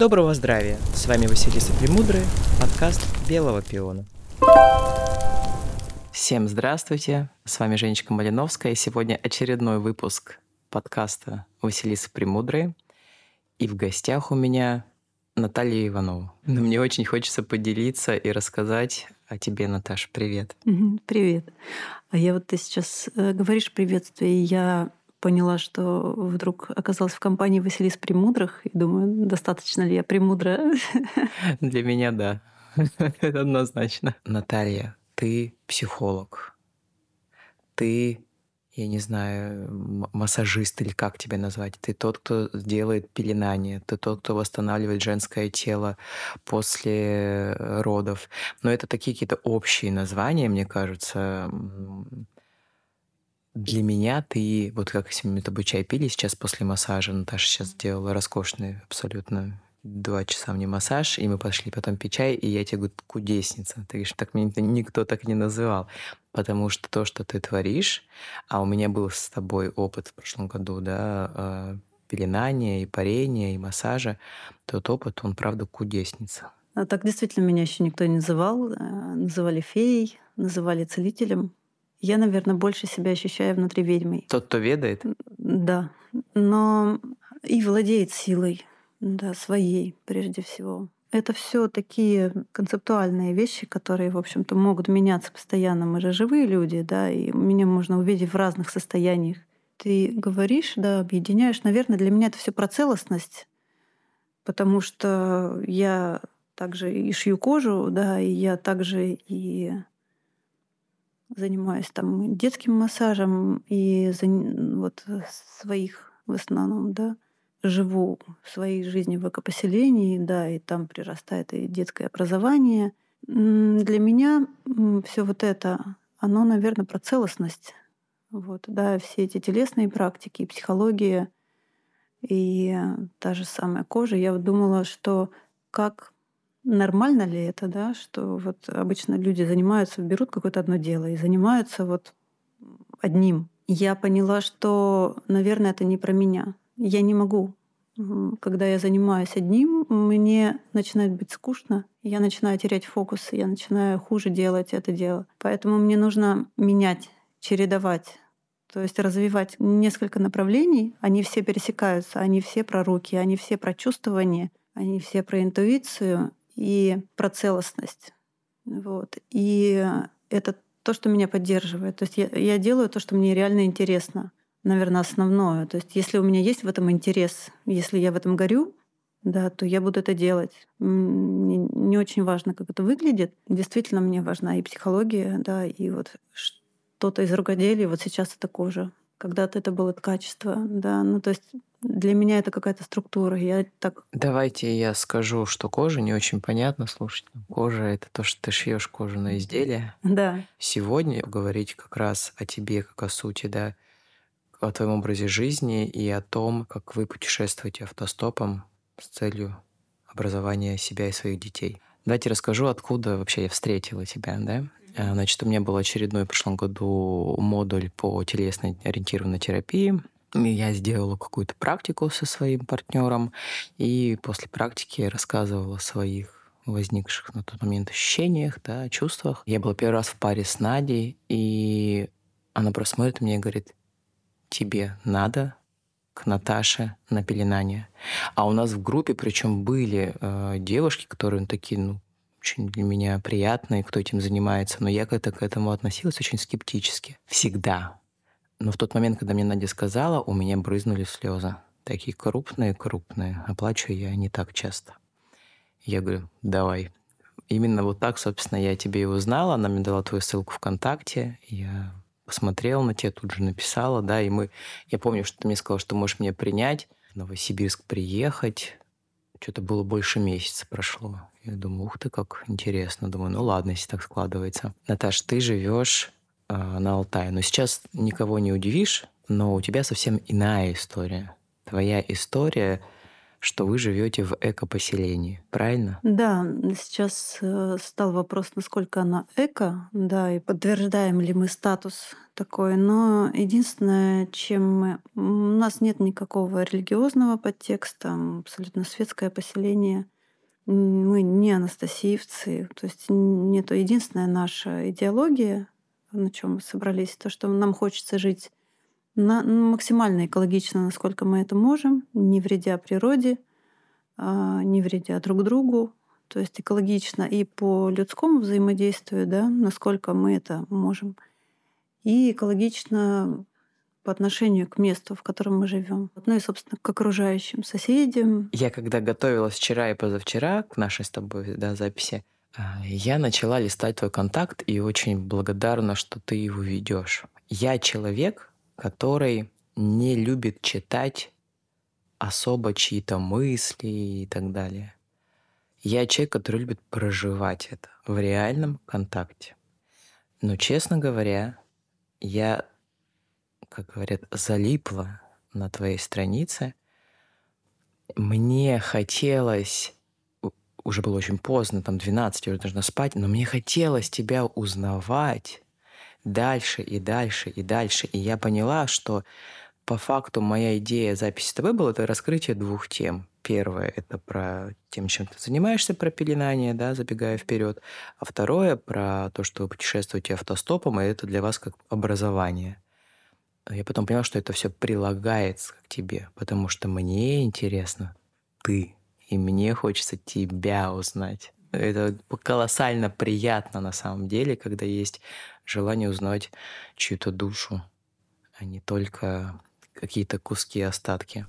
Доброго здравия! С вами Василиса Премудрая, подкаст «Белого пиона». Всем здравствуйте! С вами Женечка Малиновская. И сегодня очередной выпуск подкаста Василисы Премудрой. И в гостях у меня Наталья Иванова. Но мне очень хочется поделиться и рассказать о тебе, Наташа. Привет. Привет. А я вот ты сейчас говоришь приветствие, и я поняла, что вдруг оказалась в компании Василис Премудрых, и думаю, достаточно ли я премудрая? Для меня да. Это однозначно. Наталья, ты психолог. Ты, я не знаю, массажист или как тебя назвать. Ты тот, кто делает пеленание. Ты тот, кто восстанавливает женское тело после родов. Но это такие какие-то общие названия, мне кажется. Для меня ты, вот как если мы с тобой чай пили сейчас после массажа, Наташа сейчас сделала роскошный абсолютно 2 часа мне массаж, и мы пошли потом пить чай, и я тебе говорю, кудесница. Ты говоришь, так меня никто так не называл. Потому что то, что ты творишь, а у меня был с тобой опыт в прошлом году, да, пеленания и парения, и массажа, тот опыт, он правда кудесница. А так действительно меня еще никто не называл. Называли феей, называли целителем. Я, наверное, больше себя ощущаю внутри ведьмой. Тот, кто ведает, Да, но и владеет силой, да, своей прежде всего. Это все такие концептуальные вещи, которые, в общем-то, могут меняться постоянно. Мы же живые люди, да, и меня можно увидеть в разных состояниях. Ты говоришь, да, объединяешь. Наверное, для меня это все про целостность, потому что я также и шью кожу, да, и я также и занимаюсь там и детским массажем, и вот своих в основном, да, живу своей жизнью в экопоселении, да, и там прирастает и детское образование. Для меня все вот это, оно, наверное, про целостность. Вот, да, все эти телесные практики, и психология, и та же самая кожа. Я вот думала, что как нормально ли это, да, что вот обычно люди занимаются, берут какое-то одно дело и занимаются вот одним. Я поняла, что, наверное, это не про меня. Я не могу. Когда я занимаюсь одним, мне начинает быть скучно, я начинаю терять фокус, я начинаю хуже делать это дело. Поэтому мне нужно менять, чередовать, то есть развивать несколько направлений. Они все пересекаются, они все про руки, они все про чувствование, они все про интуицию и про целостность. Вот. И это то, что меня поддерживает. То есть я делаю то, что мне реально интересно. Наверное, основное. То есть если у меня есть в этом интерес, если я в этом горю, да, то я буду это делать. Мне не очень важно, как это выглядит. Действительно, мне важна и психология, да, и вот что-то из рукоделия. Вот сейчас это кожа. Когда-то это было качество, да. Ну, то есть для меня это какая-то структура. Я так... давайте я скажу, что кожа не очень понятно. Слушайте, кожа — это то, что ты шьешь кожаное изделие. Да. Сегодня говорить как раз о тебе, как о сути, да, о твоем образе жизни и о том, как вы путешествуете автостопом с целью образования себя и своих детей. Давайте расскажу, откуда вообще я встретила тебя, да? Значит, у меня был очередной в прошлом году модуль по телесно ориентированной терапии. И я сделала какую-то практику со своим партнером, и после практики рассказывала о своих возникших на тот момент ощущениях, да, чувствах. Я была первый раз в паре с Надей, и она просто смотрит на меня и говорит, тебе надо к Наташе на пеленание. А у нас в группе, причем были девушки, которые такие, очень для меня приятные, кто этим занимается, но я как-то к этому относилась очень скептически. Всегда. Но в тот момент, когда мне Надя сказала, у меня брызнули слезы. Такие крупные-крупные. А плачу я не так часто. Я говорю, давай. Именно вот так, собственно, я тебе и узнала. Она мне дала твою ссылку ВКонтакте. Я посмотрела на тебя, тут же написала, да, и я помню, что ты мне сказала, что можешь меня принять, в Новосибирск приехать. Что-то было больше месяца прошло. Я думаю, ух ты, как интересно. Думаю, ну ладно, если так складывается. Наташ, ты живешь на Алтае. Но сейчас никого не удивишь, но у тебя совсем иная история. Твоя история что вы живете в экопоселении, правильно? Да, сейчас стал вопрос, насколько она эко, да, и подтверждаем ли мы статус такой. Но единственное, чем у нас нет никакого религиозного подтекста, абсолютно светское поселение. Мы не анастасиевцы, то есть нету единственная наша идеология, на чем мы собрались, то, что нам хочется жить максимально экологично, насколько мы это можем, не вредя природе, не вредя друг другу, то есть экологично и по людскому взаимодействию, да, насколько мы это можем, и экологично по отношению к месту, в котором мы живем. Ну и, собственно, к окружающим соседям. Я когда готовилась вчера и позавчера к нашей с тобой, да, записи, я начала листать твой контакт и очень благодарна, что ты его ведешь. Я человек, который не любит читать особо чьи-то мысли и так далее. Я человек, который любит проживать это в реальном контакте. Но, честно говоря, я, как говорят, залипла на твоей странице. Мне хотелось, уже было очень поздно, там 12, я уже должна спать, но мне хотелось тебя узнавать дальше и дальше и дальше. И я поняла, что по факту моя идея записи с тобой была это раскрытие двух тем. Первое — это про тем, чем ты занимаешься, про пеленание, да, забегая вперед. А второе — про то, что вы путешествуете автостопом, и это для вас как образование. Я потом понял, что это все прилагается к тебе, потому что мне интересно ты, и мне хочется тебя узнать. Это колоссально приятно на самом деле, когда есть желание узнать чью-то душу, а не только какие-то куски, остатки.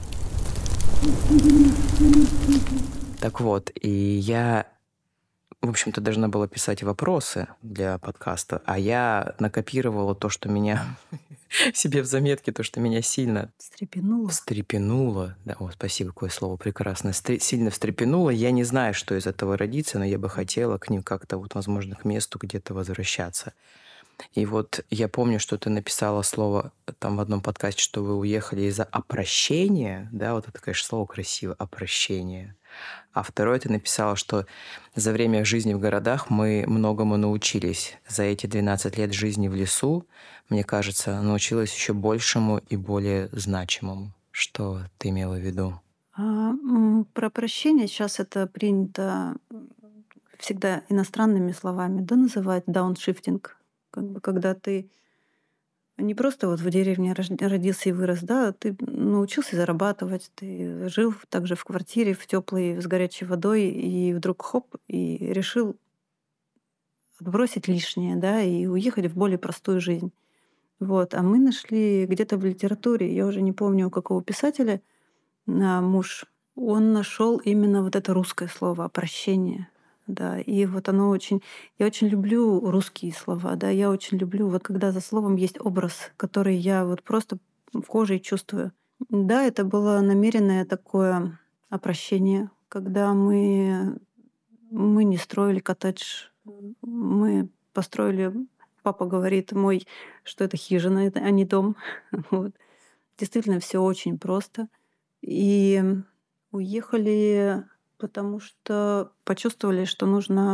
Так вот, и я, в общем-то, должна была писать вопросы для подкаста, а я накопировала то, что меня себе в заметке, то, что меня сильно встрепенуло. Да, о, спасибо, какое слово прекрасное. Сильно встрепенуло. Я не знаю, что из этого родится, но я бы хотела к ним как-то, вот, возможно, к месту где-то возвращаться. И вот я помню, что ты написала слово там в одном подкасте, что вы уехали из-за опрощения, да, вот это, конечно, слово красивое, опрощение. А второе, ты написала, что за время жизни в городах мы многому научились. За эти 12 лет жизни в лесу, мне кажется, научилась еще большему и более значимому. Что ты имела в виду? Про прощение сейчас это принято всегда иностранными словами, да, называть дауншифтинг. Как бы, когда ты не просто вот в деревне родился и вырос, да, а ты научился зарабатывать, ты жил также в квартире, в теплой, с горячей водой, и вдруг хоп, и решил отбросить лишнее, да, и уехать в более простую жизнь. Вот. А мы нашли где-то в литературе, я уже не помню, у какого писателя, муж, он нашел именно вот это русское слово «прощение». Да, и вот оно очень... Я очень люблю русские слова, да, я очень люблю, вот когда за словом есть образ, который я вот просто в коже чувствую. Да, это было намеренное такое опрощение, когда мы не строили коттедж, мы построили, папа говорит мой, что это хижина, а не дом. Вот. Действительно, все очень просто. И уехали, потому что почувствовали, что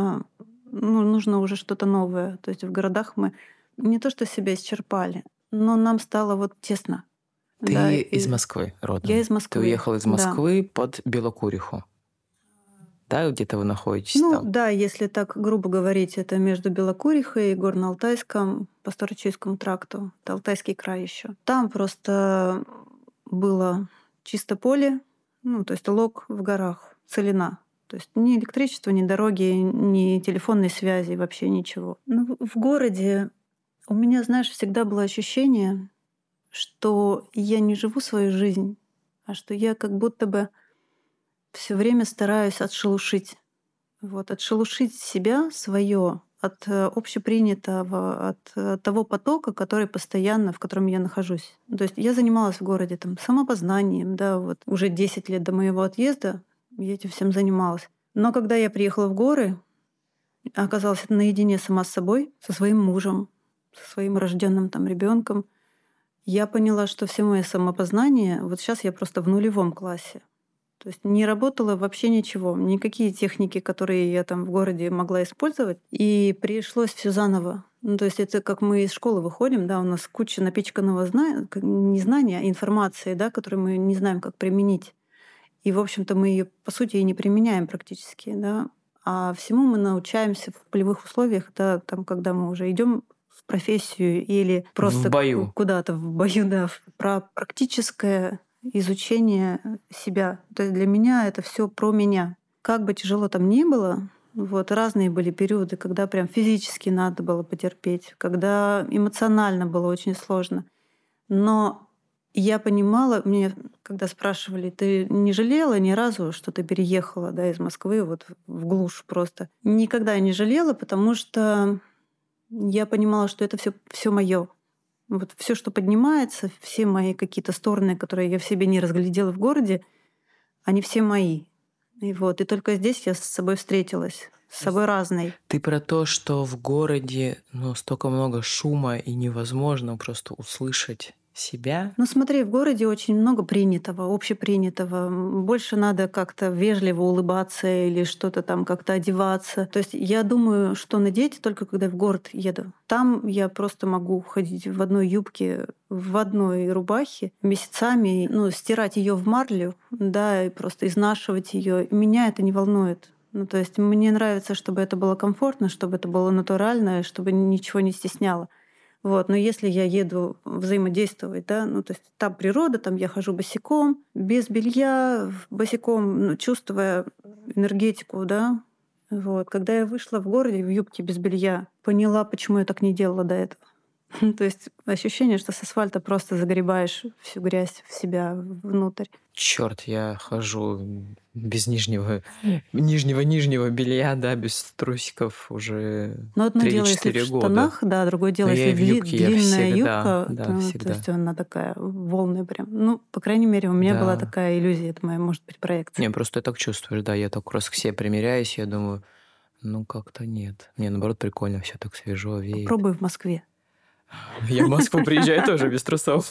нужно уже что-то новое. То есть в городах мы не то что себя исчерпали, но нам стало вот тесно. Да, Ты из и Москвы я родом. из Ты Москвы, уехал из да. Москвы под Белокуриху. Да, где-то вы находитесь Ну там? да, если так грубо говорить, это между Белокурихой и Горно-Алтайском по Старочуйскому тракту. Это Алтайский край еще. Там просто было чисто поле, ну, то есть лог в горах, целина. То есть ни электричества, ни дороги, ни телефонной связи, вообще ничего. Ну, в городе у меня, знаешь, всегда было ощущение, что я не живу свою жизнь, а что я как будто бы все время стараюсь отшелушить. Вот, отшелушить себя, свое от общепринятого, от того потока, который постоянно, в котором я нахожусь. То есть я занималась в городе там самопознанием, да, вот уже 10 лет до моего отъезда я этим всем занималась. Но когда я приехала в горы, оказалась наедине сама с собой, со своим мужем, со своим рожденным там ребенком, я поняла, что все мое самопознание, вот сейчас я просто в нулевом классе. То есть не работало вообще ничего, никакие техники, которые я там в городе могла использовать, и пришлось все заново. Ну, то есть это как мы из школы выходим, да, у нас куча напичканного не знания, а информации, да, которую мы не знаем, как применить. И, в общем-то, мы ее, по сути, и не применяем практически, да. А всему мы научаемся в полевых условиях, да, там, когда мы уже идем в профессию или В просто бою. куда-то в бою, да, про практическое изучение себя. То есть для меня это все про меня. Как бы тяжело там ни было, вот разные были периоды, когда прям физически надо было потерпеть, когда эмоционально было очень сложно. Но я понимала, мне когда спрашивали: "Ты не жалела ни разу, что ты переехала, да, из Москвы вот в глушь просто?" Никогда я не жалела, потому что я понимала, что это все моё. Вот все, что поднимается, все мои какие-то стороны, которые я в себе не разглядела в городе, они все мои. И вот, и только здесь я с собой встретилась, с То есть собой разной. ты про то, что в городе, ну, столько много шума и невозможно просто услышать себя? Ну смотри, в городе очень много принятого, общепринятого. Больше надо как-то вежливо улыбаться или что-то там как-то одеваться. То есть я думаю, что надеть только когда в город еду. Там я просто могу ходить в одной юбке, в одной рубахе месяцами, ну, стирать ее в марлю, да, и просто изнашивать ее. Меня это не волнует. Ну, то есть мне нравится, чтобы это было комфортно, чтобы это было натурально, чтобы ничего не стесняло. Вот. Но если я еду взаимодействовать, да, ну, то есть там природа, там я хожу босиком, без белья, босиком, ну, чувствуя энергетику, да. Вот. Когда я вышла в городе в юбке без белья, поняла, почему я так не делала до этого. То есть ощущение, что с асфальта просто загребаешь всю грязь в себя внутрь. Черт, я хожу без нижнего белья, да, без трусиков уже Но одно дело, если в 3-4 года. штанах, да, другое дело, Но я если и в юбке, я длинная всегда, юбка, да, то всегда. есть она такая волны прям. Ну, по крайней мере, у меня была Да. такая иллюзия, это моя, может быть, проекция. Не, просто я так чувствуешь, да, я так раз к себе примеряюсь, я думаю, ну как-то нет. Мне наоборот прикольно, все так свежо, веет. Попробуй в Москве. Я в Москву приезжаю тоже без трусов.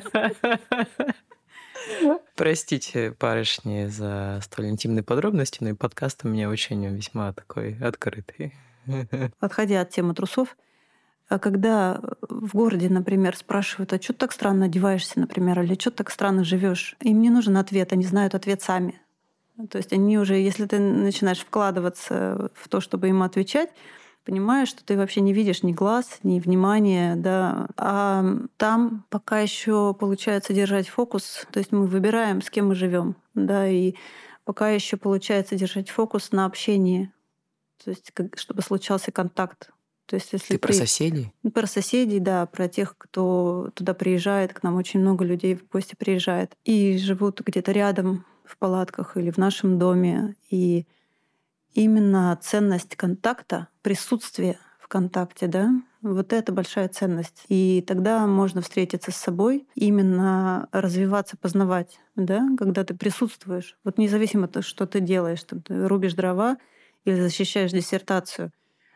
Простите, барышни, за столь интимные подробности, но и подкаст у меня очень весьма такой открытый. Отходя от темы трусов, а когда в городе, например, спрашивают: "А чё ты так странно одеваешься?", например, или "Чё ты так странно живешь?", им не нужен ответ, они знают ответ сами. Ну, то есть они уже, если ты начинаешь вкладываться в то, чтобы ему отвечать, понимаешь, что ты вообще не видишь ни глаз, ни внимания, да. А там пока еще получается держать фокус, то есть мы выбираем, с кем мы живем, да, и пока еще получается держать фокус на общении, то есть чтобы случался контакт. То есть если Ты про ты соседей? про соседей, да, про тех, кто туда приезжает, к нам очень много людей в гости приезжает и живут где-то рядом в палатках или в нашем доме. И именно ценность контакта, присутствие в контакте, да, вот это большая ценность. И тогда можно встретиться с собой, именно развиваться, познавать, да, когда ты присутствуешь. Вот независимо от того, что ты делаешь, там, ты рубишь дрова или защищаешь диссертацию,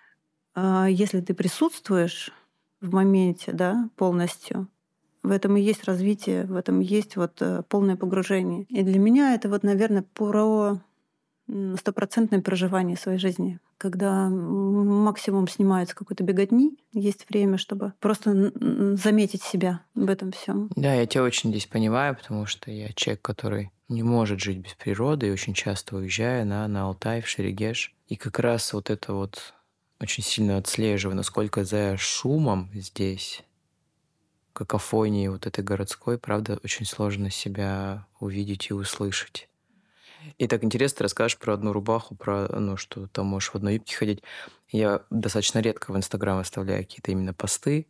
если ты присутствуешь в моменте, да, полностью, в этом и есть развитие, в этом и есть вот полное погружение. И для меня это вот, наверное, про стопроцентное проживание своей жизни, когда максимум снимается какой-то беготни, есть время, чтобы просто заметить себя в этом всем. Да, я тебя очень здесь понимаю, потому что я человек, который не может жить без природы, и очень часто уезжаю на Алтай, в Шерегеш. И как раз вот это вот очень сильно отслеживаю, насколько за шумом здесь, какофонии вот этой городской, правда, очень сложно себя увидеть и услышать. И так интересно, ты расскажешь про одну рубаху, про, ну, что там можешь в одной юбке ходить. Я достаточно редко в Инстаграм оставляю какие-то именно посты,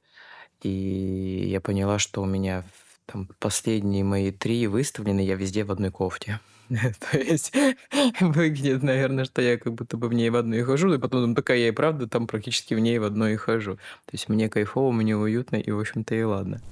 и я поняла, что у меня там последние мои 3 выставлены, я везде в одной кофте. То есть выглядит, наверное, что я как будто бы в ней в одной и хожу, и потом думаю, такая я и правда там практически в ней в одной и хожу. То есть мне кайфово, мне уютно, и, в общем-то, и ладно.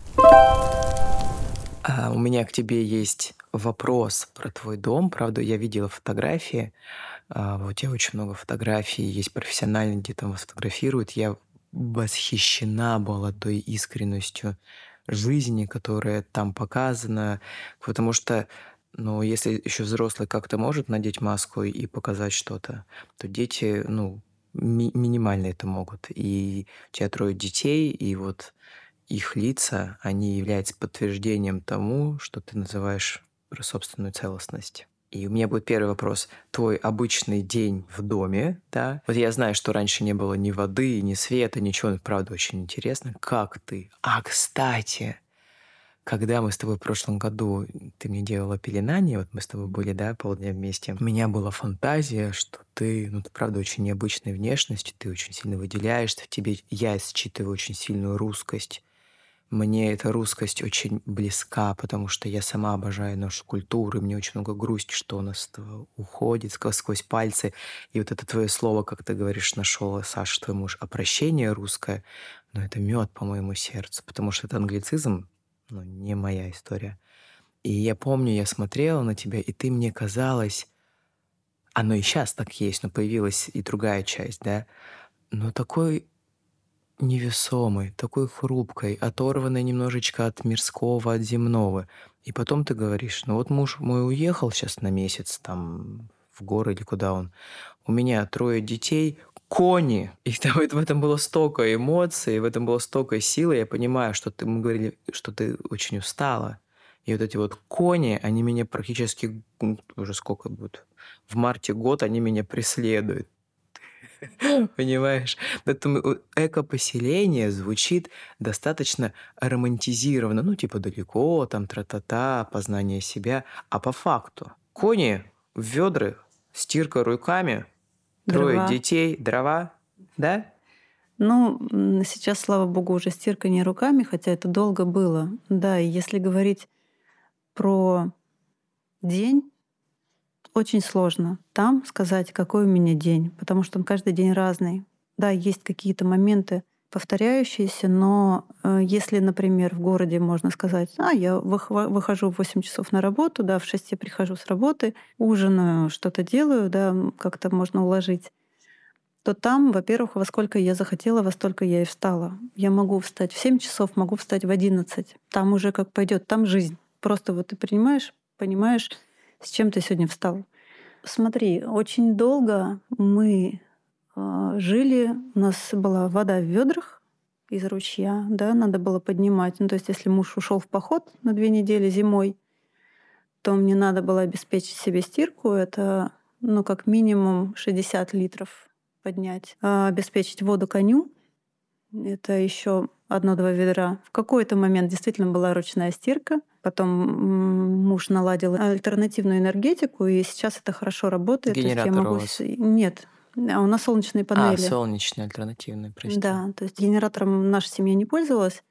У меня к тебе есть вопрос про твой дом. Правда, я видела фотографии. У тебя очень много фотографий, есть профессиональные, где там вас фотографируют. Я восхищена была той искренностью жизни, которая там показана, потому что Но если еще взрослый как-то может надеть маску и показать что-то, то дети, ну, минимально это могут. И у тебя трое детей, и вот их лица, они являются подтверждением тому, что ты называешь про собственную целостность. И у меня будет первый вопрос. Твой обычный день в доме, да? Вот я знаю, что раньше не было ни воды, ни света, ничего. Это правда очень интересно. Как ты? А, кстати, когда мы с тобой в прошлом году, ты мне делала пеленание, вот мы с тобой были, да, полдня вместе, у меня была фантазия, что ты, ну, ты правда очень необычной внешности, ты очень сильно выделяешься, в тебе я считываю очень сильную русскость. Мне эта русскость очень близка, потому что я сама обожаю нашу культуру, и мне очень много грусти, что у нас уходит сквозь пальцы. И вот это твое слово, как ты говоришь, нашел, Саша, твой муж, опрощение русское, но это мед по моему сердцу, потому что это англицизм, ну, не моя история. И я помню, я смотрела на тебя, и ты мне казалась, оно и сейчас так есть, но появилась и другая часть, да, но такой невесомой, такой хрупкой, оторванной немножечко от мирского, от земного. И потом ты говоришь, ну вот муж мой уехал сейчас на месяц там в горы или куда он. У меня трое детей, кони. И там, в этом было столько эмоций, в этом было столько силы. Я понимаю, что ты, мы говорили, что ты очень устала. И вот эти вот кони, они меня практически, уже сколько будет, в марте год они меня преследуют. Понимаешь? Поэтому эко-поселение звучит достаточно романтизированно. Ну, типа далеко, там тра-та-та, познание себя. А по факту кони, ведры, стирка руками, трое Дрова. детей, дрова, да? Ну, сейчас, слава богу, уже стирка не руками, хотя это долго было. Да, и если говорить про день, очень сложно там сказать, какой у меня день, потому что он каждый день разный. Да, есть какие-то моменты повторяющиеся, но если, например, в городе можно сказать, я выхожу в 8 часов на работу, да, в 6 я прихожу с работы, ужинаю, что-то делаю, да, как-то можно уложить, то там, во-первых, во сколько я захотела, во столько я и встала. Я могу встать в 7 часов, могу встать в 11. Там уже как пойдет, там жизнь. Просто вот ты принимаешь, понимаешь, с чем ты сегодня встал. Смотри, очень долго мы жили, у нас была вода в ведрах из ручья, да, надо было поднимать. Ну, то есть, если муж ушел в поход на 2 недели зимой, то мне надо было обеспечить себе стирку. Это, ну, как минимум 60 литров поднять. Обеспечить воду коню. Это еще одно-два ведра. В какой-то момент действительно была ручная стирка. Потом муж наладил альтернативную энергетику, и сейчас это хорошо работает. То есть я Генератор у могу... вас. Нет, у нас солнечные А, панели. солнечный, альтернативный, прости. Да, то есть генератором наша семья не пользовалась.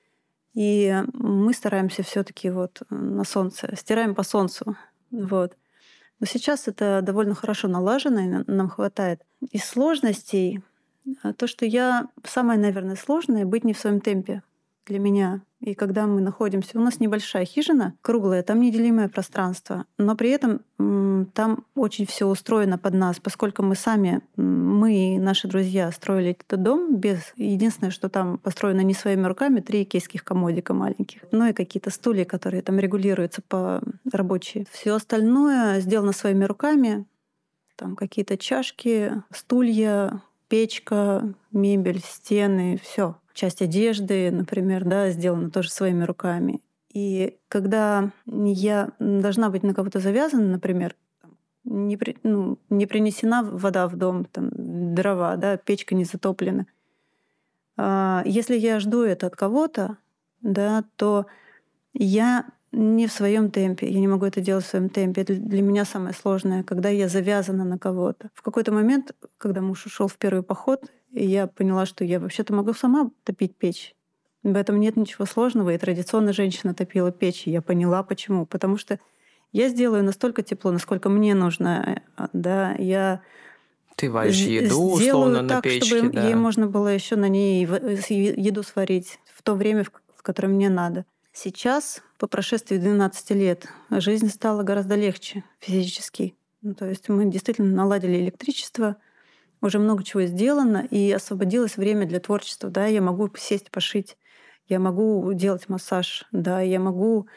И мы стараемся все-таки вот на солнце, стираем по солнцу. Вот. Но сейчас это довольно хорошо налажено, и нам хватает. Из сложностей то, что я самое, наверное, сложное быть не в своем темпе для меня. И когда мы находимся, у нас небольшая хижина, круглая, там неделимое пространство, но при этом там очень все устроено под нас, поскольку мы сами, мы и наши друзья строили этот дом без... Единственное, что там построено не своими руками, 3 икейских комодика маленьких, ну и какие-то стулья, которые там регулируются по рабочие. Все остальное сделано своими руками, там какие-то чашки, стулья, печка, мебель, стены, все. Часть одежды, например, да, сделана тоже своими руками. И когда я должна быть на кого-то завязана, например, не принесена вода в дом, там, дрова, да, печка не затоплена. Если я жду это от кого-то, да, то я не в своем темпе, я не могу это делать в своем темпе. Это для меня самое сложное, когда я завязана на кого-то. В какой-то момент, когда муж ушел в первый поход, я поняла, что я вообще-то могу сама топить печь. В этом нет ничего сложного. И традиционно женщина топила печь. И я поняла, почему. Потому что я сделаю настолько тепло, насколько мне нужно. Да, я Ты варишь еду, сделаю условно, на так, чтобы печке, ей да. можно было еще на ней еду сварить в то время, в которое мне надо. Сейчас, по прошествии 12 лет, жизнь стала гораздо легче физически. Ну, то есть мы действительно наладили электричество, уже много чего сделано, и освободилось время для творчества. Да, я могу сесть, пошить, я могу делать массаж, да, я могу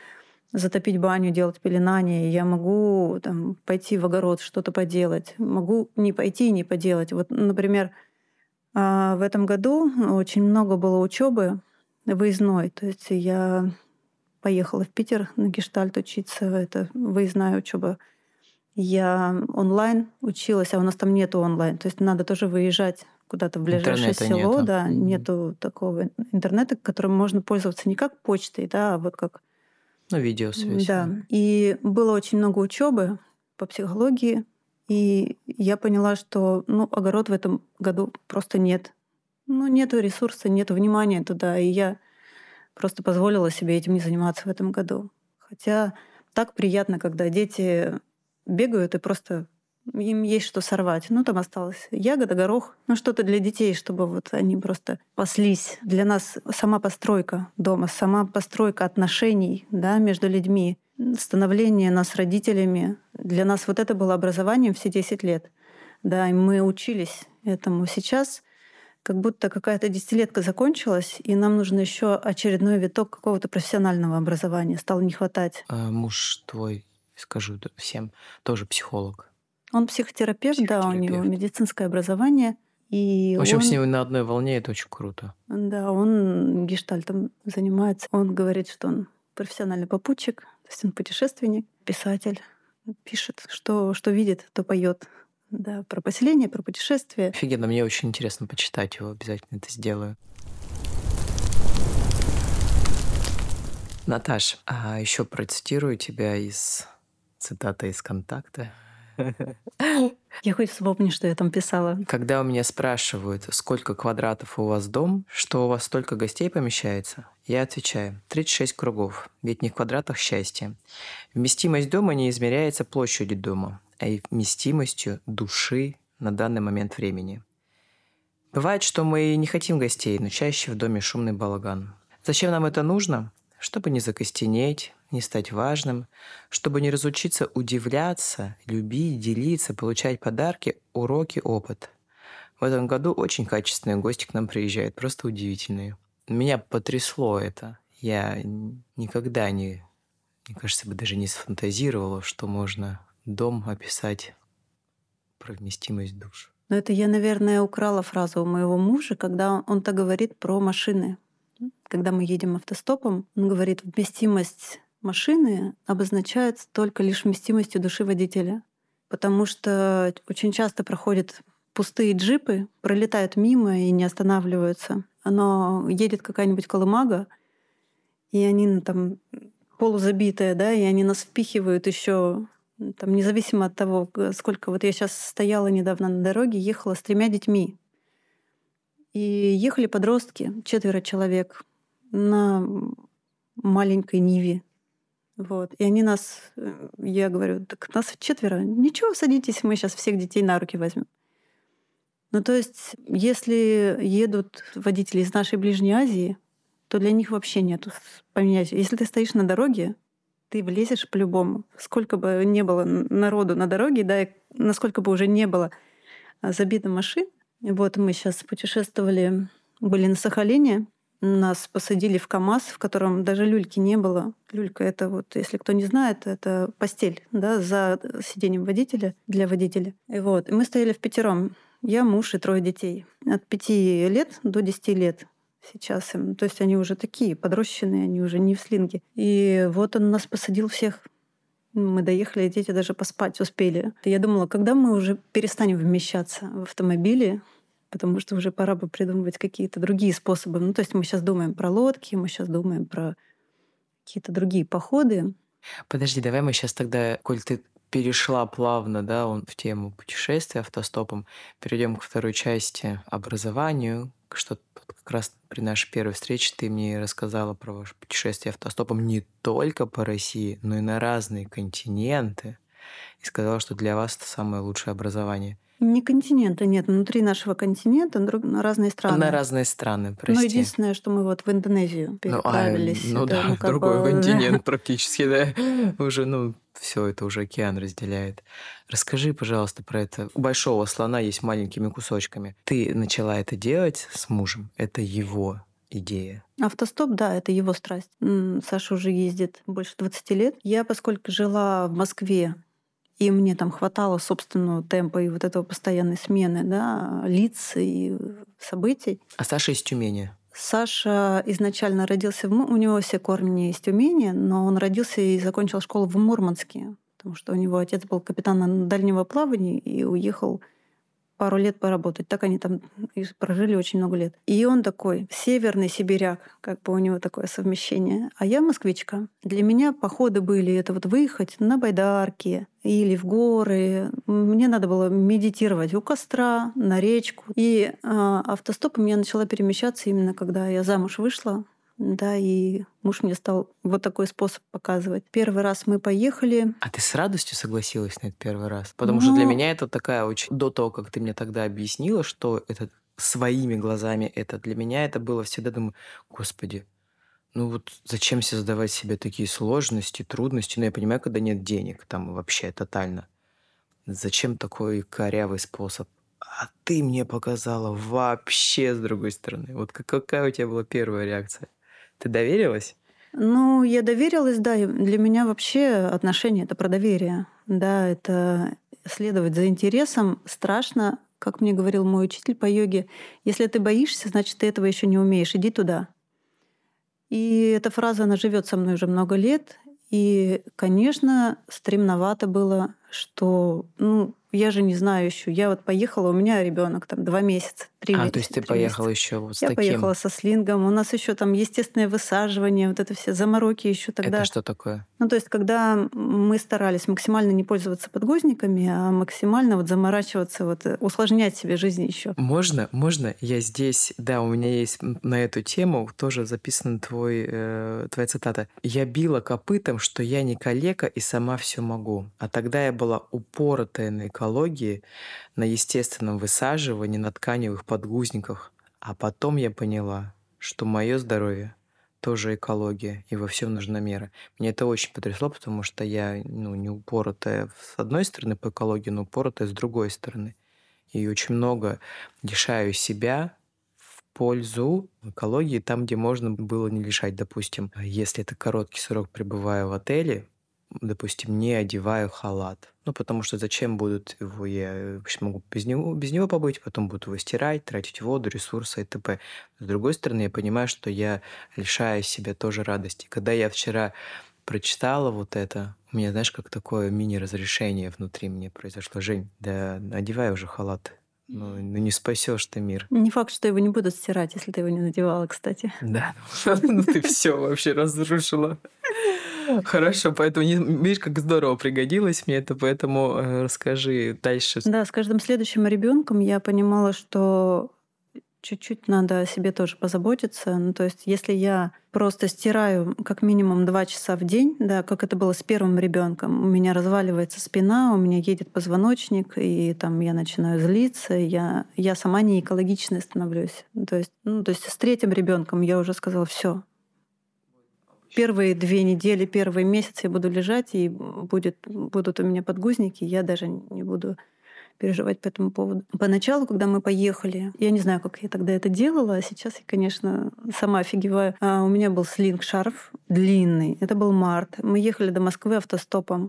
затопить баню, делать пеленание, я могу там пойти в огород, что-то поделать, могу не пойти и не поделать. Вот, например, в этом году очень много было учебы выездной. То есть я поехала в Питер на гештальт учиться. Это выездная учеба. Я онлайн училась, а у нас там нету онлайн. То есть надо тоже выезжать куда-то в ближайшее Интернета село, нету. да, нету такого интернета, которым можно пользоваться не как почтой, да, а вот как Ну, видеосвязь, да. да. И было очень много учебы по психологии, и я поняла, что огород в этом году просто нет. Ну, нету ресурса, нету внимания туда, и я просто позволила себе этим не заниматься в этом году. Хотя так приятно, когда дети бегают и просто им есть что сорвать. Ну, там осталось ягода, горох, ну, что-то для детей, чтобы вот они просто паслись. Для нас сама постройка дома, сама постройка отношений, да, между людьми, становление нас родителями. Для нас вот это было образованием все 10 лет. Да, и мы учились этому. Сейчас как будто какая-то десятилетка закончилась, и нам нужно еще очередной виток какого-то профессионального образования. Стало не хватать. А муж твой, скажу всем, тоже психолог, Он психотерапевт, да, у него психотерапевт. медицинское образование, и В общем, с ним на одной волне, это очень круто. да, он гештальтом занимается. Он говорит, что он профессиональный попутчик, то есть он путешественник, писатель, пишет, что видит, то поет. Да, про поселение, про путешествие. Офигенно, мне очень интересно почитать его, обязательно это сделаю. Наташ, а еще процитирую тебя из цитаты из «Контакта». Я хоть вспомню, что я там писала. Когда у меня спрашивают, сколько квадратов у вас дом, что у вас столько гостей помещается, я отвечаю: 36 кругов, ведь не в квадратах счастье. Вместимость дома не измеряется площадью дома, а и вместимостью души на данный момент времени. Бывает, что мы и не хотим гостей, но чаще в доме шумный балаган. Зачем нам это нужно? Чтобы не закостенеть, не стать важным, чтобы не разучиться удивляться, любить, делиться, получать подарки, уроки, опыт. В этом году очень качественные гости к нам приезжают, просто удивительные. Меня потрясло это. Я никогда не, мне кажется, бы даже не сфантазировала, что можно дом описать про вместимость душ. Но это я, наверное, украла фразу у моего мужа, когда он-то говорит про машины. Когда мы едем автостопом, он говорит, вместимость машины обозначается только лишь вместимостью души водителя. Потому что очень часто проходят пустые джипы, пролетают мимо и не останавливаются. Оно едет какая-нибудь колымага, и они там полузабитые, да, и они нас впихивают еще там, независимо от того, сколько... Вот я сейчас стояла недавно на дороге, ехала с 3 детьми. И ехали подростки, 4 человек, на маленькой Ниве. Вот. И они нас, я говорю, так нас 4. Ничего, садитесь, мы сейчас всех детей на руки возьмем. Ну, то есть, если едут водители из нашей ближней Азии, то для них вообще нету поменять. Если ты стоишь на дороге, ты влезешь по-любому. Сколько бы не было народу на дороге, да, и насколько бы уже не было забито машин. Вот мы сейчас путешествовали, были на Сахалине, нас посадили в КАМАЗ, в котором даже люльки не было. Люлька — это вот, если кто не знает, это постель, да, за сиденьем водителя, для водителя. И вот, и мы стояли впятером. Я, муж и 3 детей. От 5 лет до 10 лет сейчас им. То есть они уже такие подрощенные, они уже не в слинге. И вот он нас посадил всех. Мы доехали, дети даже поспать успели. Я думала, когда мы уже перестанем вмещаться в автомобиле, потому что уже пора бы придумывать какие-то другие способы. Ну, то есть мы сейчас думаем про лодки, мы сейчас думаем про какие-то другие походы. Подожди, давай мы сейчас тогда, коль ты перешла плавно, да, в тему путешествия автостопом, перейдем к второй части образованию, что тут как раз при нашей первой встрече ты мне рассказала про ваше путешествие автостопом не только по России, но и на разные континенты, и сказала, что для вас это самое лучшее образование. Не континента нет, внутри нашего континента на разные страны. На разные страны, Но прости. единственное, что мы вот в Индонезию переправились. Ну это, да, другой континент практически, да. Уже, все это уже океан разделяет. Расскажи, пожалуйста, про это. У большого слона есть маленькими кусочками. Ты начала это делать с мужем, это его идея? Автостоп, да, это его страсть. Саша уже ездит больше 20 лет. Я, поскольку жила в Москве, и мне там хватало собственного темпа и вот этого постоянной смены, да, лиц и событий. А Саша из Тюмени. Саша изначально родился у него все корни из Тюмени, но он родился и закончил школу в Мурманске, потому что у него отец был капитаном дальнего плавания и уехал пару лет поработать. Так они там и прожили очень много лет. И он такой северный сибиряк, как бы у него такое совмещение. А я москвичка. Для меня походы были это вот выехать на байдарке или в горы. Мне надо было медитировать у костра, на речку. И автостопом я начала перемещаться именно когда я замуж вышла. Да, и муж мне стал вот такой способ показывать. Первый раз мы поехали. А ты с радостью согласилась на этот первый раз? Потому что для меня это такая очень... До того, как ты мне тогда объяснила, что это своими глазами это, для меня это было всегда, думаю, господи, ну вот зачем создавать себе такие сложности, трудности? Ну, я понимаю, когда нет денег, там вообще тотально. Зачем такой корявый способ? А ты мне показала вообще с другой стороны. Вот какая у тебя была первая реакция? Ты доверилась? Ну, я доверилась, да. И для меня вообще отношения — это про доверие. Да, это следовать за интересом страшно. Как мне говорил мой учитель по йоге, если ты боишься, значит, ты этого еще не умеешь. Иди туда. И эта фраза, она живет со мной уже много лет. И, конечно, стремновато было, что, я же не знаю еще. Я вот поехала, у меня ребенок там 2 месяца, 3 А, то месяца, есть ты 3 месяца. поехала еще вот с Я поехала таким. со слингом. У нас еще там естественное высаживание, вот это все замороки еще Это тогда. что такое? Ну, то есть, когда мы старались максимально не пользоваться подгузниками, а максимально вот заморачиваться, усложнять себе жизнь еще. Можно я здесь, да, у меня есть на эту тему тоже записан твоя цитата. Я била копытом, что я не калека и сама все могу. А тогда я была упоротая на экологии, на естественном высаживании, на тканевых подгузниках. А потом я поняла, что мое здоровье тоже экология, и во всем нужна мера. Меня это очень потрясло, потому что я не упоротая с одной стороны по экологии, но упоротая с другой стороны. И очень много лишаю себя в пользу экологии там, где можно было не лишать. Допустим, если это короткий срок пребываю в отеле, допустим, не одеваю халат. Ну, потому что зачем будут его, я вообще могу без него побыть, потом буду его стирать, тратить воду, ресурсы и т.п. С другой стороны, я понимаю, что я лишаю себя тоже радости. Когда я вчера прочитала вот это, у меня, знаешь, как такое мини-разрешение внутри мне произошло. Жень, да одевай уже халат. Ну не спасешь ты мир. Не факт, что его не будут стирать, если ты его не надевала, кстати. Да, ну ты все вообще разрушила. Хорошо, поэтому видишь, как здорово пригодилось мне это, поэтому расскажи дальше. Да, с каждым следующим ребенком я понимала, что чуть-чуть надо о себе тоже позаботиться. Ну, то есть, если я просто стираю как минимум 2 часа в день, да, как это было с первым ребенком, у меня разваливается спина, у меня едет позвоночник, и там я начинаю злиться, я сама не экологичной становлюсь. То есть с третьим ребенком я уже сказала, все. Первые 2 недели, первый месяц я буду лежать, и будут у меня подгузники, я даже не буду переживать по этому поводу. Поначалу, когда мы поехали, я не знаю, как я тогда это делала, а сейчас я, конечно, сама офигеваю. У меня был слинг-шарф длинный, это был март. Мы ехали до Москвы автостопом.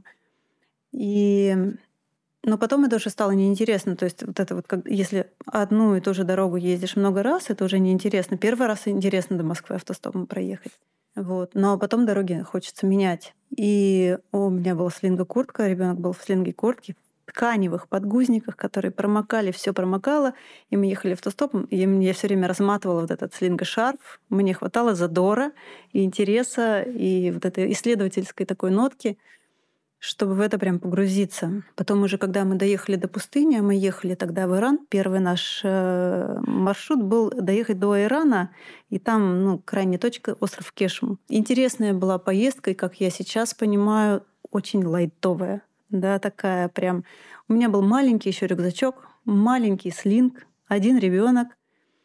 Но потом это уже стало неинтересно. То есть вот это вот, если одну и ту же дорогу ездишь много раз, это уже неинтересно. Первый раз интересно до Москвы автостопом проехать. Вот. Но потом дороги хочется менять. И у меня была слинга-куртка, ребенок был в слинге-куртке, в тканевых подгузниках, которые промокали, все промокало. И мы ехали автостопом, и я все время разматывала вот этот слинго-шарф. Мне хватало задора и интереса, и вот этой исследовательской такой нотки, чтобы в это прям погрузиться. Потом уже, когда мы доехали до пустыни, мы ехали тогда в Иран. Первый наш маршрут был доехать до Ирана, и там, крайняя точка — остров Кешм. Интересная была поездка, и, как я сейчас понимаю, очень лайтовая. Да, такая прям. У меня был маленький еще рюкзачок, маленький слинг, один ребенок.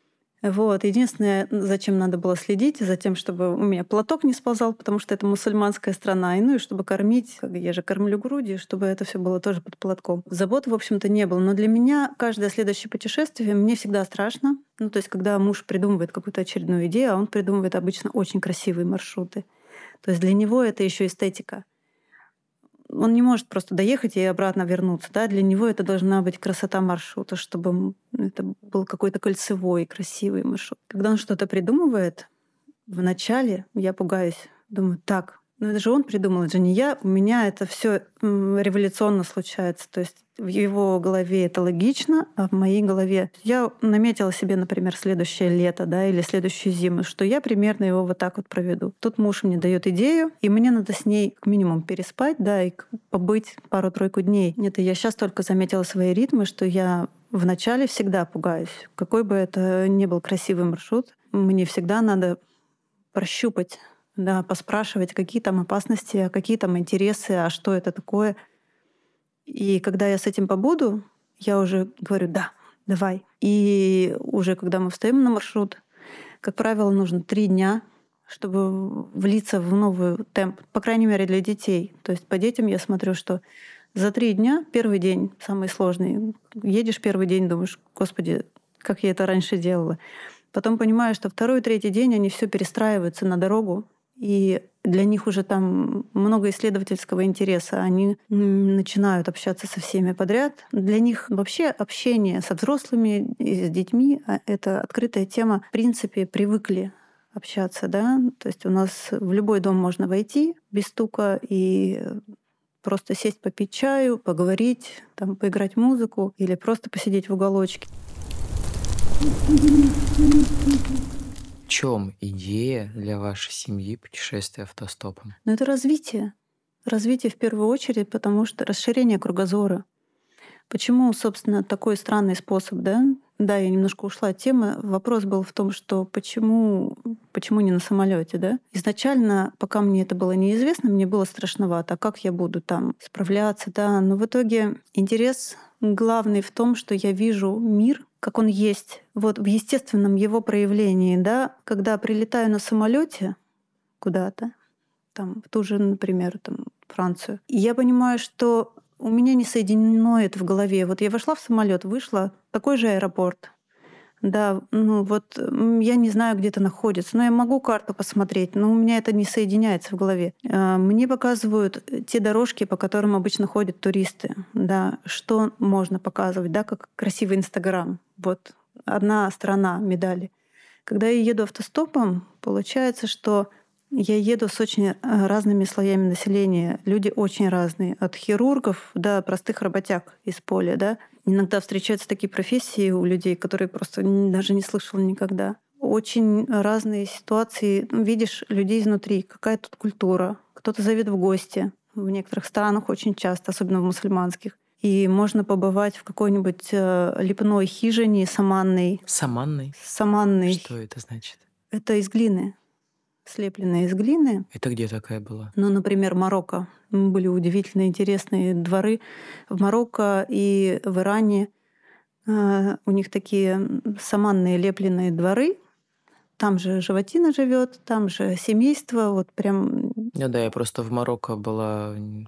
Вот. Единственное, зачем надо было следить, за тем, чтобы у меня платок не сползал, потому что это мусульманская страна, и чтобы кормить, я же кормлю грудью, чтобы это все было тоже под платком. Забот, в общем-то, не было. Но для меня каждое следующее путешествие мне всегда страшно. То есть, когда муж придумывает какую-то очередную идею, а он придумывает обычно очень красивые маршруты. То есть для него это еще эстетика. Он не может просто доехать и обратно вернуться. Да? Для него это должна быть красота маршрута, чтобы это был какой-то кольцевой, красивый маршрут. Когда он что-то придумывает, вначале я пугаюсь. Думаю, так, это же он придумал, это же не я. У меня это все революционно случается. То есть в его голове это логично, а в моей голове... Я наметила себе, например, следующее лето, да, или следующую зиму, что я примерно его вот так вот проведу. Тут муж мне дает идею, и мне надо с ней как минимум переспать, да, и побыть пару-тройку дней. Это я сейчас только заметила свои ритмы, что я вначале всегда пугаюсь. Какой бы это ни был красивый маршрут, мне всегда надо прощупать, да, поспрашивать, какие там опасности, какие там интересы, а что это такое. И когда я с этим побуду, я уже говорю, да, давай. И уже когда мы встаем на маршрут, как правило, нужно 3 дня, чтобы влиться в новый темп, по крайней мере, для детей. То есть по детям я смотрю, что за 3 дня, первый день самый сложный, едешь первый день, думаешь, господи, как я это раньше делала. Потом понимаю, что второй и третий день они все перестраиваются на дорогу, и для них уже там много исследовательского интереса. Они начинают общаться со всеми подряд. Для них вообще общение со взрослыми и с детьми — это открытая тема. В принципе, привыкли общаться, да. То есть у нас в любой дом можно войти без стука и просто сесть попить чаю, поговорить, там, поиграть в музыку или просто посидеть в уголочке. В чем идея для вашей семьи путешествия автостопом? Но это развитие. Развитие в первую очередь, потому что расширение кругозора. Почему, собственно, такой странный способ, да? Да, я немножко ушла от темы. Вопрос был в том, что почему не на самолете, да? Изначально, пока мне это было неизвестно, мне было страшновато, а как я буду там справляться, да? Но в итоге интерес главный в том, что я вижу мир, как он есть, вот в естественном его проявлении, да? Когда прилетаю на самолете куда-то, там, в ту же, например, там, Францию, и я понимаю, что у меня не соединено это в голове. Вот я вошла в самолет, вышла, такой же аэропорт. Да, я не знаю, где это находится, но я могу карту посмотреть, но у меня это не соединяется в голове. Мне показывают те дорожки, по которым обычно ходят туристы, да, что можно показывать, да, как красивый Инстаграм. Вот одна сторона медали. Когда я еду автостопом, получается, что я еду с очень разными слоями населения. Люди очень разные. От хирургов до простых работяг из поля. Да? Иногда встречаются такие профессии у людей, которые просто даже не слышал никогда. Очень разные ситуации. Видишь людей изнутри. Какая тут культура. Кто-то зовет в гости. В некоторых странах очень часто, особенно в мусульманских. И можно побывать в какой-нибудь лепной хижине саманной. Саманный? Саманной. Что это значит? Это из глины. Слепленная из глины. Это где такая была? Например, Марокко. Были удивительно интересные дворы в Марокко и в Иране. У них такие саманные лепленные дворы. Там же животина живет, там же семейство. Вот прям... Ну да, я просто в Марокко была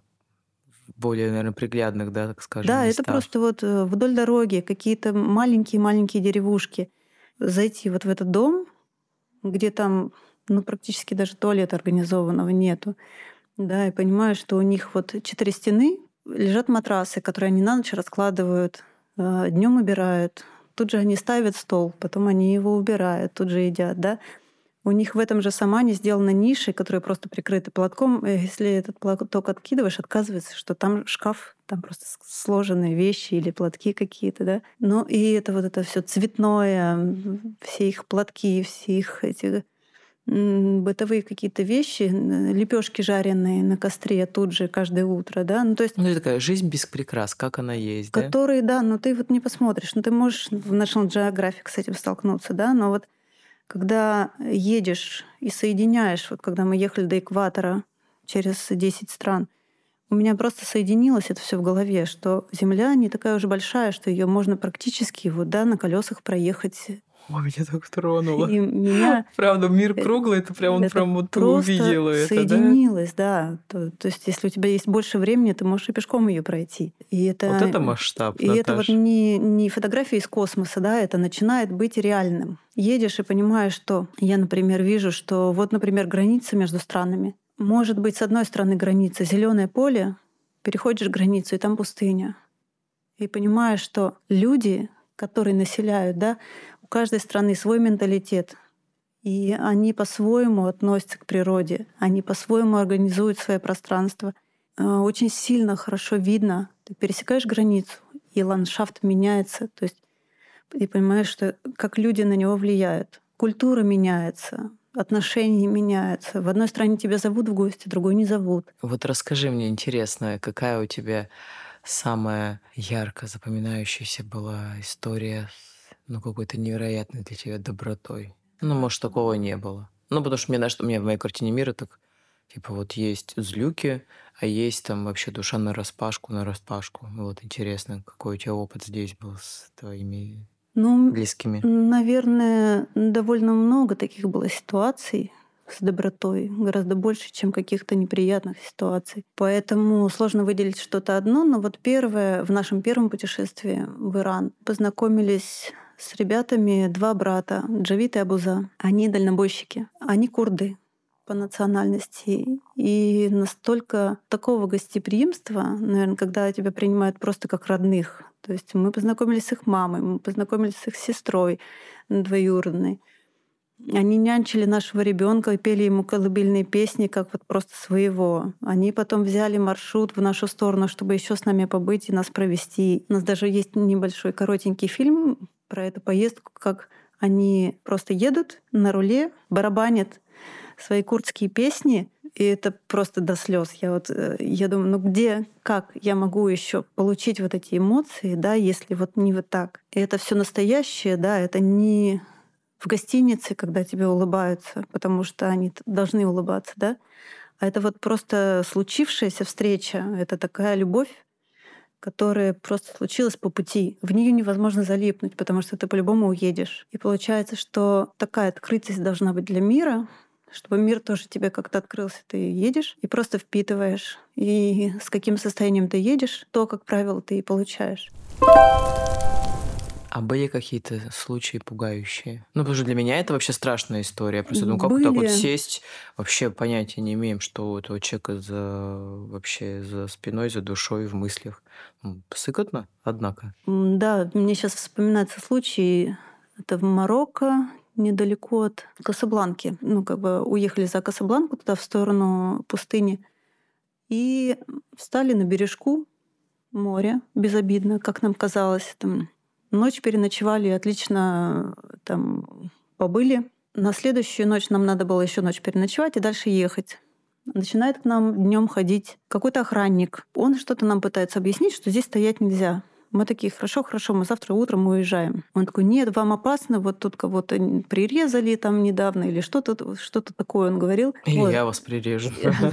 в более, наверное, приглядных, да, так скажем, Да, это местах. просто вот вдоль дороги какие-то маленькие-маленькие деревушки. Зайти вот в этот дом, где там практически даже туалета организованного нету. Да, и понимаю, что у них вот 4 стены, лежат матрасы, которые они на ночь раскладывают, днем убирают. Тут же они ставят стол, потом они его убирают, тут же едят, да. У них в этом же самане сделаны ниши, которые просто прикрыты платком. Если этот платок откидываешь, отказывается, что там шкаф, там просто сложенные вещи или платки какие-то, да. Ну и это вот это все цветное, все их платки, все их эти бытовые какие-то вещи, лепешки жареные на костре тут же каждое утро, да, то есть... Ну, это такая жизнь без прикрас, как она есть, да? Которые, да, но ты вот не посмотришь, ты можешь в National Geographic с этим столкнуться, да, но вот когда едешь и соединяешь, вот когда мы ехали до экватора через 10 стран, у меня просто соединилось это все в голове, что Земля не такая уж большая, что ее можно практически вот, да, на колесах проехать Ой, меня так тронуло. И меня Правда, мир э, круглый, это прям он это прям вот ты просто увидела это, да? соединилось, да. То есть если у тебя есть больше времени, ты можешь и пешком ее пройти. И Вот это это масштаб, и это вот Наташ. не фотография из космоса, да, это начинает быть реальным. Едешь и понимаешь, что я, например, вижу, что вот, например, граница между странами. Может быть, с одной стороны граница зеленое поле, переходишь границу, и там пустыня. И понимаешь, что люди, которые населяют, да, у каждой страны свой менталитет, и они по-своему относятся к природе, они по-своему организуют свое пространство. Очень сильно, хорошо видно. Ты пересекаешь границу, и ландшафт меняется. То есть ты понимаешь, что как люди на него влияют. Культура меняется, отношения меняются. В одной стране тебя зовут в гости, в другой не зовут. Вот расскажи мне, интересно, какая у тебя самая ярко запоминающаяся была история с, ну, какой-то невероятной для тебя добротой? Ну, может, такого не было. Ну, потому что мне, знаешь, что у меня в моей картине мира так, типа, вот есть злюки, а есть там вообще душа на распашку. Ну, вот интересно, какой у тебя опыт здесь был с твоими Ну, близкими? наверное, довольно много таких было ситуаций с добротой, гораздо больше, чем каких-то неприятных ситуаций. Поэтому сложно выделить что-то одно. Но вот первое, в нашем первом путешествии в Иран познакомились с ребятами два брата, Джавид и Абуза. Они дальнобойщики, они курды по национальности. И настолько такого гостеприимства, наверное, когда тебя принимают просто как родных. То есть мы познакомились с их мамой, мы познакомились с их сестрой двоюродной. Они нянчили нашего ребенка и пели ему колыбельные песни, как вот просто своего. Они потом взяли маршрут в нашу сторону, чтобы еще с нами побыть и нас провести. У нас даже есть небольшой коротенький фильм про эту поездку, как они просто едут на руле, барабанят свои курдские песни, и это просто до слез. Я думаю, ну где, как я могу еще получить вот эти эмоции, да, если вот не вот так. И это все настоящее, да, это не в гостинице, когда тебе улыбаются, потому что они должны улыбаться, да, а это вот просто случившаяся встреча, это такая любовь, которая просто случилась по пути. В нее невозможно залипнуть, потому что ты по-любому уедешь. И получается, что такая открытость должна быть для мира, чтобы мир тоже тебе как-то открылся. Ты едешь и просто впитываешь. И с каким состоянием ты едешь, то, как правило, ты и получаешь. А были какие-то случаи пугающие? Ну, потому что для меня это вообще страшная история. Я просто думаю, как вот так вот Были сесть, вообще понятия не имеем, что у этого человека за вообще за спиной, за душой, в мыслях. Сыкотно, однако. Да, мне сейчас вспоминается случай. Это в Марокко, недалеко от Касабланки. Ну, как бы уехали за Касабланку, туда в сторону пустыни. И встали на бережку моря, безобидно, как нам казалось. Там ночь переночевали, отлично там побыли. На следующую ночь нам надо было еще ночь переночевать и дальше ехать. Начинает к нам днем ходить какой-то охранник. Он что-то нам пытается объяснить, что здесь стоять нельзя. Мы такие, хорошо, хорошо, мы завтра утром уезжаем. Он такой, нет, вам опасно, вот тут кого-то прирезали там недавно или что-то такое он говорил. И Вот. я вас прирежу.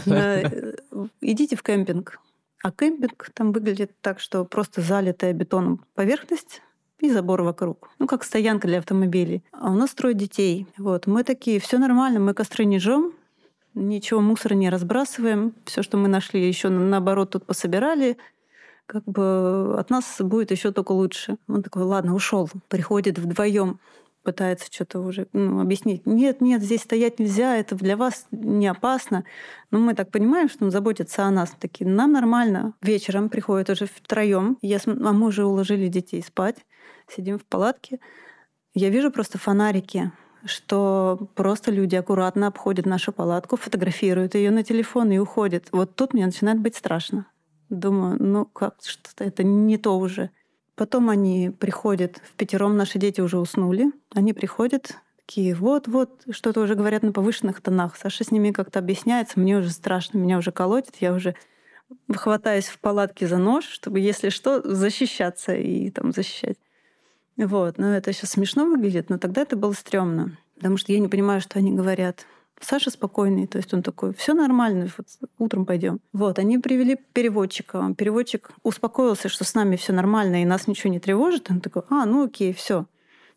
Идите в кемпинг. А кемпинг там выглядит так, что просто залитая бетоном поверхность и забор вокруг. Ну, как стоянка для автомобилей. А у нас трое детей. Вот. Мы такие, все нормально, мы костры не жжем, ничего мусора не разбрасываем. Все, что мы нашли, еще наоборот тут пособирали. Как бы от нас будет еще только лучше. Он такой, ладно, ушел. Приходит вдвоем, пытается что-то уже объяснить. Нет, нет, здесь стоять нельзя, это для вас не опасно. Но мы так понимаем, что он заботится о нас. Такие, нам нормально. Вечером приходят уже втроем. А мы уже уложили детей спать. Сидим в палатке. Я вижу просто фонарики, что просто люди аккуратно обходят нашу палатку, фотографируют ее на телефон и уходят. Вот тут мне начинает быть страшно. Думаю, ну как, что-то это не то уже. Потом они приходят, впятером наши дети уже уснули. Они приходят, такие, вот, что-то уже говорят на повышенных тонах. Саша с ними как-то объясняется, мне уже страшно, меня уже колотит, я уже хватаюсь в палатке за нож, чтобы, если что, защищаться и там защищать. Вот, но это сейчас смешно выглядит, но тогда это было стрёмно, потому что я не понимаю, что они говорят. Саша спокойный, то есть он такой, все нормально, вот утром пойдем. Вот, они привели переводчика. Переводчик успокоился, что с нами все нормально и нас ничего не тревожит. Он такой, ну окей, все.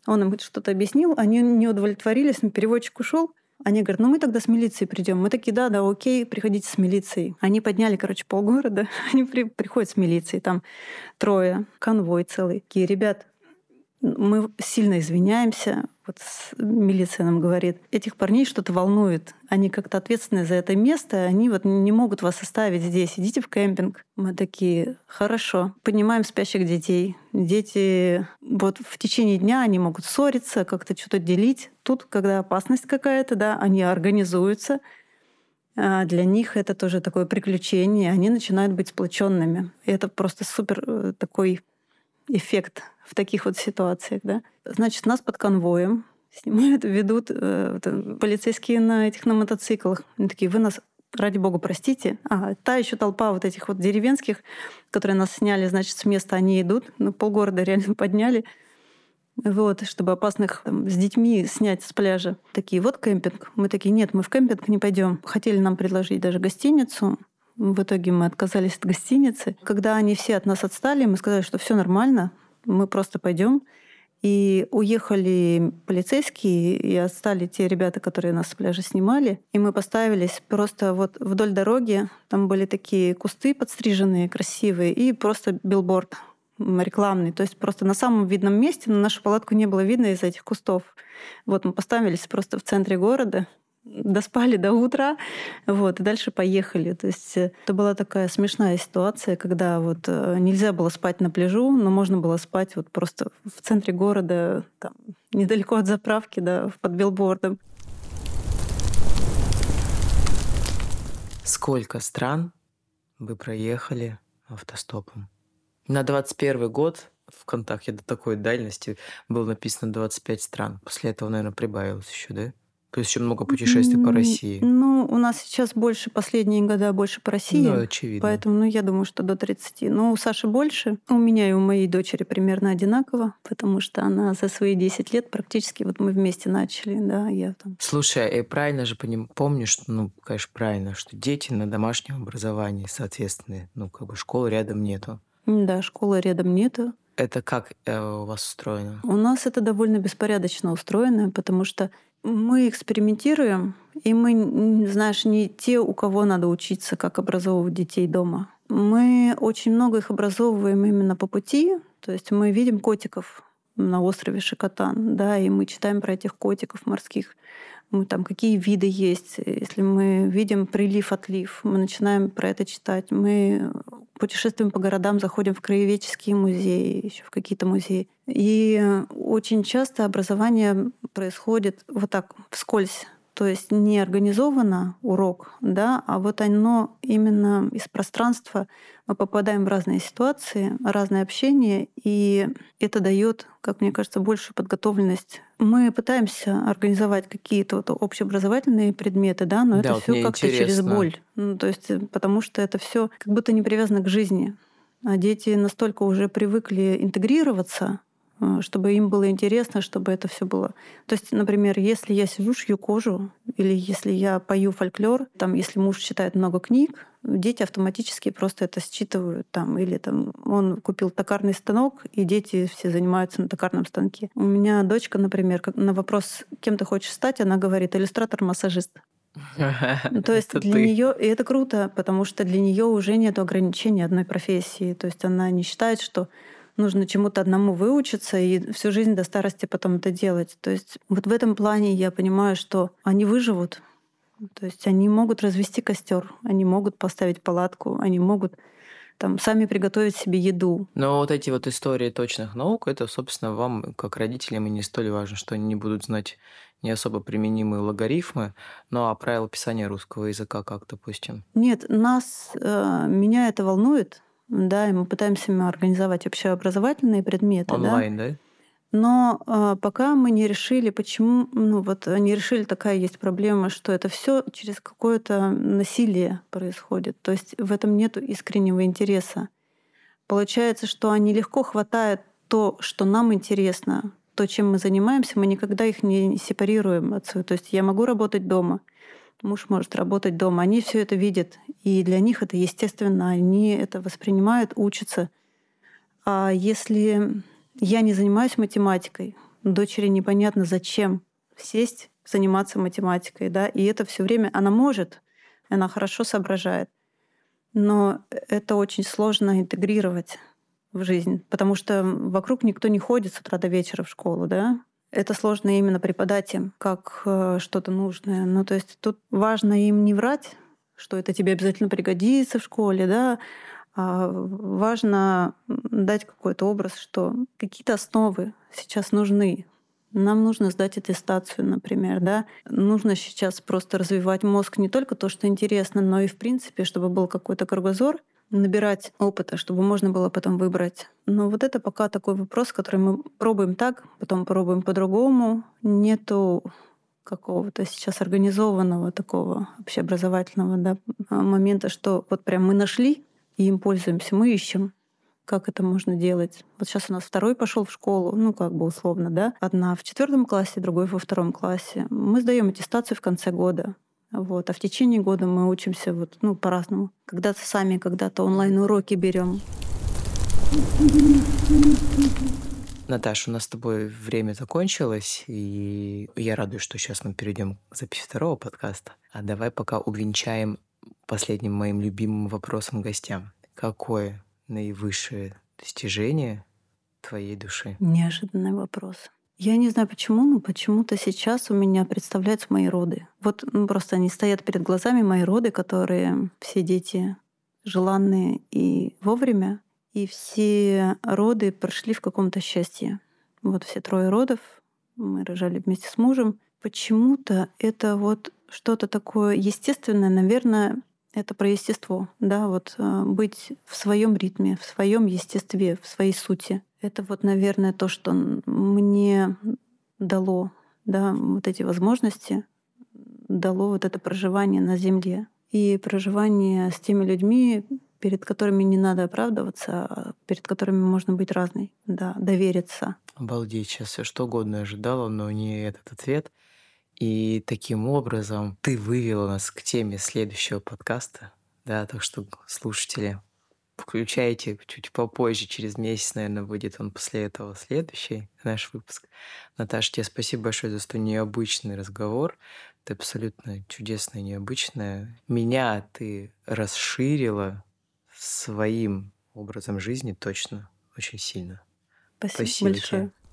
Он им что-то объяснил, они не удовлетворились, но переводчик ушел. Они говорят, ну мы тогда с милицией придем. Мы такие, да, да, окей, приходите с милицией. Они подняли, полгорода, они приходят с милицией, там трое, конвой целый. Такие, ребят, мы сильно извиняемся. Вот милиция нам говорит, этих парней что-то волнует. Они как-то ответственны за это место, они вот не могут вас оставить здесь. Идите в кемпинг. Мы такие, хорошо. Поднимаем спящих детей. Дети вот в течение дня они могут ссориться, как-то что-то делить. Тут, когда опасность какая-то, да, они организуются. А для них это тоже такое приключение. Они начинают быть сплоченными. И это просто супер такой эффект в таких вот ситуациях, да. Значит, нас под конвоем снимают, ведут полицейские на мотоциклах. Они такие, вы нас, ради бога, простите. Та еще толпа вот этих вот деревенских, которые нас сняли, значит, с места они идут. Полгорода реально подняли. Вот, чтобы опасных с детьми снять с пляжа. Такие, вот кемпинг. Мы такие, нет, мы в кемпинг не пойдем. Хотели нам предложить даже гостиницу. В итоге мы отказались от гостиницы. Когда они все от нас отстали, мы сказали, что все нормально, мы просто пойдем. И уехали полицейские, и отстали те ребята, которые нас с пляжа снимали. И мы поставились просто вот вдоль дороги. Там были такие кусты подстриженные, красивые, и просто билборд рекламный. То есть просто на самом видном месте, но нашу палатку не было видно из этих кустов. Вот мы поставились просто в центре города, доспали до утра, вот, и дальше поехали. То есть это была такая смешная ситуация, когда вот нельзя было спать на пляжу, но можно было спать вот просто в центре города, там, недалеко от заправки, да, под билбордом. Сколько стран вы проехали автостопом? На 21 год в контакте до такой дальности было написано 25 стран. После этого, наверное, прибавилось еще, да? То есть еще много путешествий по России. Ну, у нас сейчас больше, последние года больше по России. Ну, очевидно. Поэтому, я думаю, что до 30. Но у Саши больше. У меня и у моей дочери примерно одинаково, потому что она за свои 10 лет практически, вот мы вместе начали, да, я там. Слушай, правильно же помню, что, конечно, правильно, что дети на домашнем образовании, соответственно, школы рядом нету. Да, школы рядом нету. Это как у вас устроено? У нас это довольно беспорядочно устроено, потому что мы экспериментируем, и мы, знаешь, не те, у кого надо учиться, как образовывать детей дома. Мы очень много их образовываем именно по пути. То есть мы видим котиков на острове Шикотан, да, и мы читаем про этих котиков морских. Мы там какие виды есть. Если мы видим прилив-отлив, мы начинаем про это читать. Мы путешествуем по городам, заходим в краеведческие музеи, еще в какие-то музеи. И очень часто образование происходит вот так вскользь. То есть не организованно урок, да, а вот оно именно из пространства. Мы попадаем в разные ситуации, разное общение, и это дает, как мне кажется, большую подготовленность. Мы пытаемся организовать какие-то вот общеобразовательные предметы, да, но Да, это вот все мне как-то через интересно. боль. То есть, потому что это все как будто не привязано к жизни. А дети настолько уже привыкли интегрироваться, чтобы им было интересно, чтобы это все было. То есть, например, если я сижу, шью кожу, или если я пою фольклор, там, если муж читает много книг, дети автоматически просто это считывают. Там, или там, он купил токарный станок, и дети все занимаются на токарном станке. У меня дочка, например, на вопрос, кем ты хочешь стать, она говорит, иллюстратор-массажист. То есть Это для ты. нее, и это круто, потому что для нее уже нет ограничений одной профессии. То есть она не считает, что нужно чему-то одному выучиться и всю жизнь до старости потом это делать. То есть вот в этом плане я понимаю, что они выживут. То есть они могут развести костер, они могут поставить палатку, они могут там сами приготовить себе еду. Но вот эти вот истории точных наук, это, собственно, вам, как родителям, и не столь важно, что они не будут знать не особо применимые логарифмы, ну а правила писания русского языка как, допустим? Нет, меня это волнует, да, и мы пытаемся организовать общеобразовательные предметы, да. Онлайн, да? Но пока мы не решили, почему, не решили, такая есть проблема, что это все через какое-то насилие происходит. То есть в этом нет искреннего интереса. Получается, что они легко хватают то, что нам интересно, то, чем мы занимаемся, мы никогда их не сепарируем от своего. То есть я могу работать дома, муж может работать дома. Они все это видят, и для них это естественно, они это воспринимают, учатся. А если я не занимаюсь математикой, Дочери непонятно зачем сесть, заниматься математикой, да, и это все время она может, она хорошо соображает, но это очень сложно интегрировать в жизнь, потому что вокруг никто не ходит с утра до вечера в школу, да. Это сложно именно преподать им как что-то нужное. Ну, то есть тут важно им не врать, что это тебе обязательно пригодится в школе, да, а важно дать какой-то образ, что какие-то основы сейчас нужны. Нам нужно сдать аттестацию, например, да. Нужно сейчас просто развивать мозг не только то, что интересно, но и в принципе, чтобы был какой-то кругозор, набирать опыта, чтобы можно было потом выбрать. Но вот это пока такой вопрос, который мы пробуем так, потом пробуем по-другому. Нету какого-то сейчас организованного такого общеобразовательного, да, момента, что вот прям мы нашли и им пользуемся, мы ищем, как это можно делать. Вот сейчас у нас второй пошел в школу, ну как бы условно, да, одна в 4 классе, другой во 2 классе. Мы сдаем аттестацию в конце года. Вот. А в течение года мы учимся вот, ну, по-разному. Когда-то сами, когда-то онлайн-уроки берем. Наташа, у нас с тобой время закончилось, и я радуюсь, что сейчас мы перейдем к записи второго подкаста. А давай пока увенчаем последним моим любимым вопросом гостям. Какое наивысшее достижение твоей души? Неожиданный вопрос. Я не знаю почему, но почему-то сейчас у меня представляются мои роды. Вот просто они стоят перед глазами, мои роды, которые все дети желанные и вовремя. И все роды прошли в каком-то счастье. Вот все 3 родов мы рожали вместе с мужем. Почему-то это вот что-то такое естественное, наверное, это про естество, да, вот быть в своем ритме, в своем естестве, в своей сути. Это вот, наверное, то, что мне дало, да, вот эти возможности, дало вот это проживание на Земле и проживание с теми людьми, перед которыми не надо оправдываться, а перед которыми можно быть разной, да, довериться. Обалдеть, сейчас я что угодно ожидала, но не этот ответ. И таким образом ты вывела нас к теме следующего подкаста. Да, так что, слушатели, включайте чуть попозже, через месяц, наверное, выйдет он после этого следующий наш выпуск. Наташа, тебе спасибо большое за столь необычный разговор. Ты абсолютно чудесная, необычная. Меня ты расширила своим образом жизни точно очень сильно. Спасибо Спасибо тебе. большое.